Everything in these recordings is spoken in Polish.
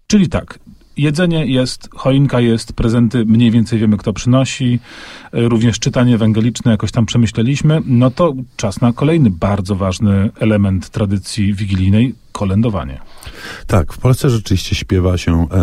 Czyli tak, jedzenie jest, choinka jest, prezenty mniej więcej wiemy, kto przynosi, również czytanie ewangeliczne jakoś tam przemyśleliśmy, no to czas na kolejny bardzo ważny element tradycji wigilijnej, kolędowanie. Tak, w Polsce rzeczywiście śpiewa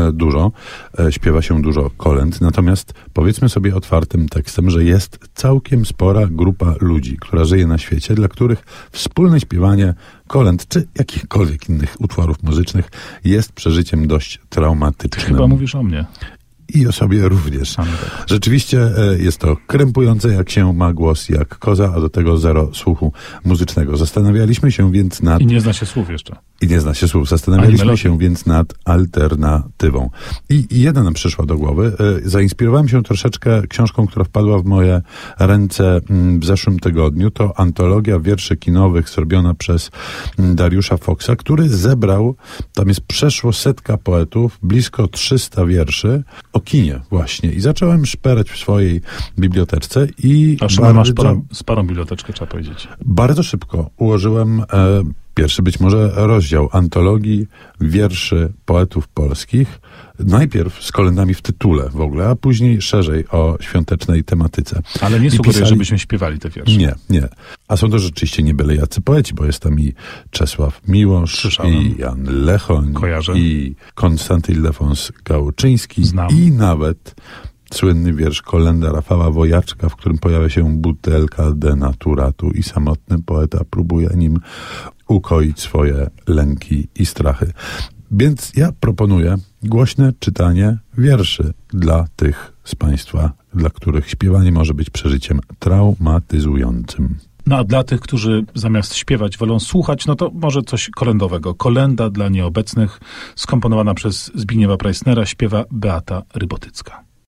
się dużo kolęd, natomiast powiedzmy sobie otwartym tekstem, że jest całkiem spora grupa ludzi, która żyje na świecie, dla których wspólne śpiewanie kolęd czy jakichkolwiek innych utworów muzycznych jest przeżyciem dość traumatycznym. Chyba mówisz o mnie. I o sobie również. Rzeczywiście jest to krępujące, jak się ma głos jak koza, a do tego zero słuchu muzycznego. Zastanawialiśmy się więc nad... I nie zna się słów jeszcze. Zastanawialiśmy się więc nad alternatywą. I jedna nam przyszła do głowy. Zainspirowałem się troszeczkę książką, która wpadła w moje ręce w zeszłym tygodniu. To antologia wierszy kinowych zrobiona przez Dariusza Foxa, który zebrał, tam jest przeszło 100 poetów, blisko 300 wierszy o kinie właśnie. I zacząłem szperać w swojej biblioteczce i... Masz sporą biblioteczkę, trzeba powiedzieć. Bardzo szybko ułożyłem pierwszy być może rozdział antologii wierszy poetów polskich. Najpierw z kolędami w tytule w ogóle, a później szerzej o świątecznej tematyce. Ale nie sugeruję, żebyśmy śpiewali te wiersze. Nie. A są to rzeczywiście nie byle jacy poeci, bo jest tam i Czesław Miłosz, Słyszałem. i Jan Lechoń, Kojarzę. i Konstanty Ildefons Gałczyński, Znam. i nawet słynny wiersz Kolenda Rafała Wojaczka, w którym pojawia się butelka denaturatu i samotny poeta próbuje nim ukoić swoje lęki i strachy. Więc ja proponuję głośne czytanie wierszy dla tych z Państwa, dla których śpiewanie może być przeżyciem traumatyzującym. No a dla tych, którzy zamiast śpiewać wolą słuchać, no to może coś kolędowego. Kolenda dla nieobecnych, skomponowana przez Zbigniewa Preissnera, śpiewa Beata Rybotycka.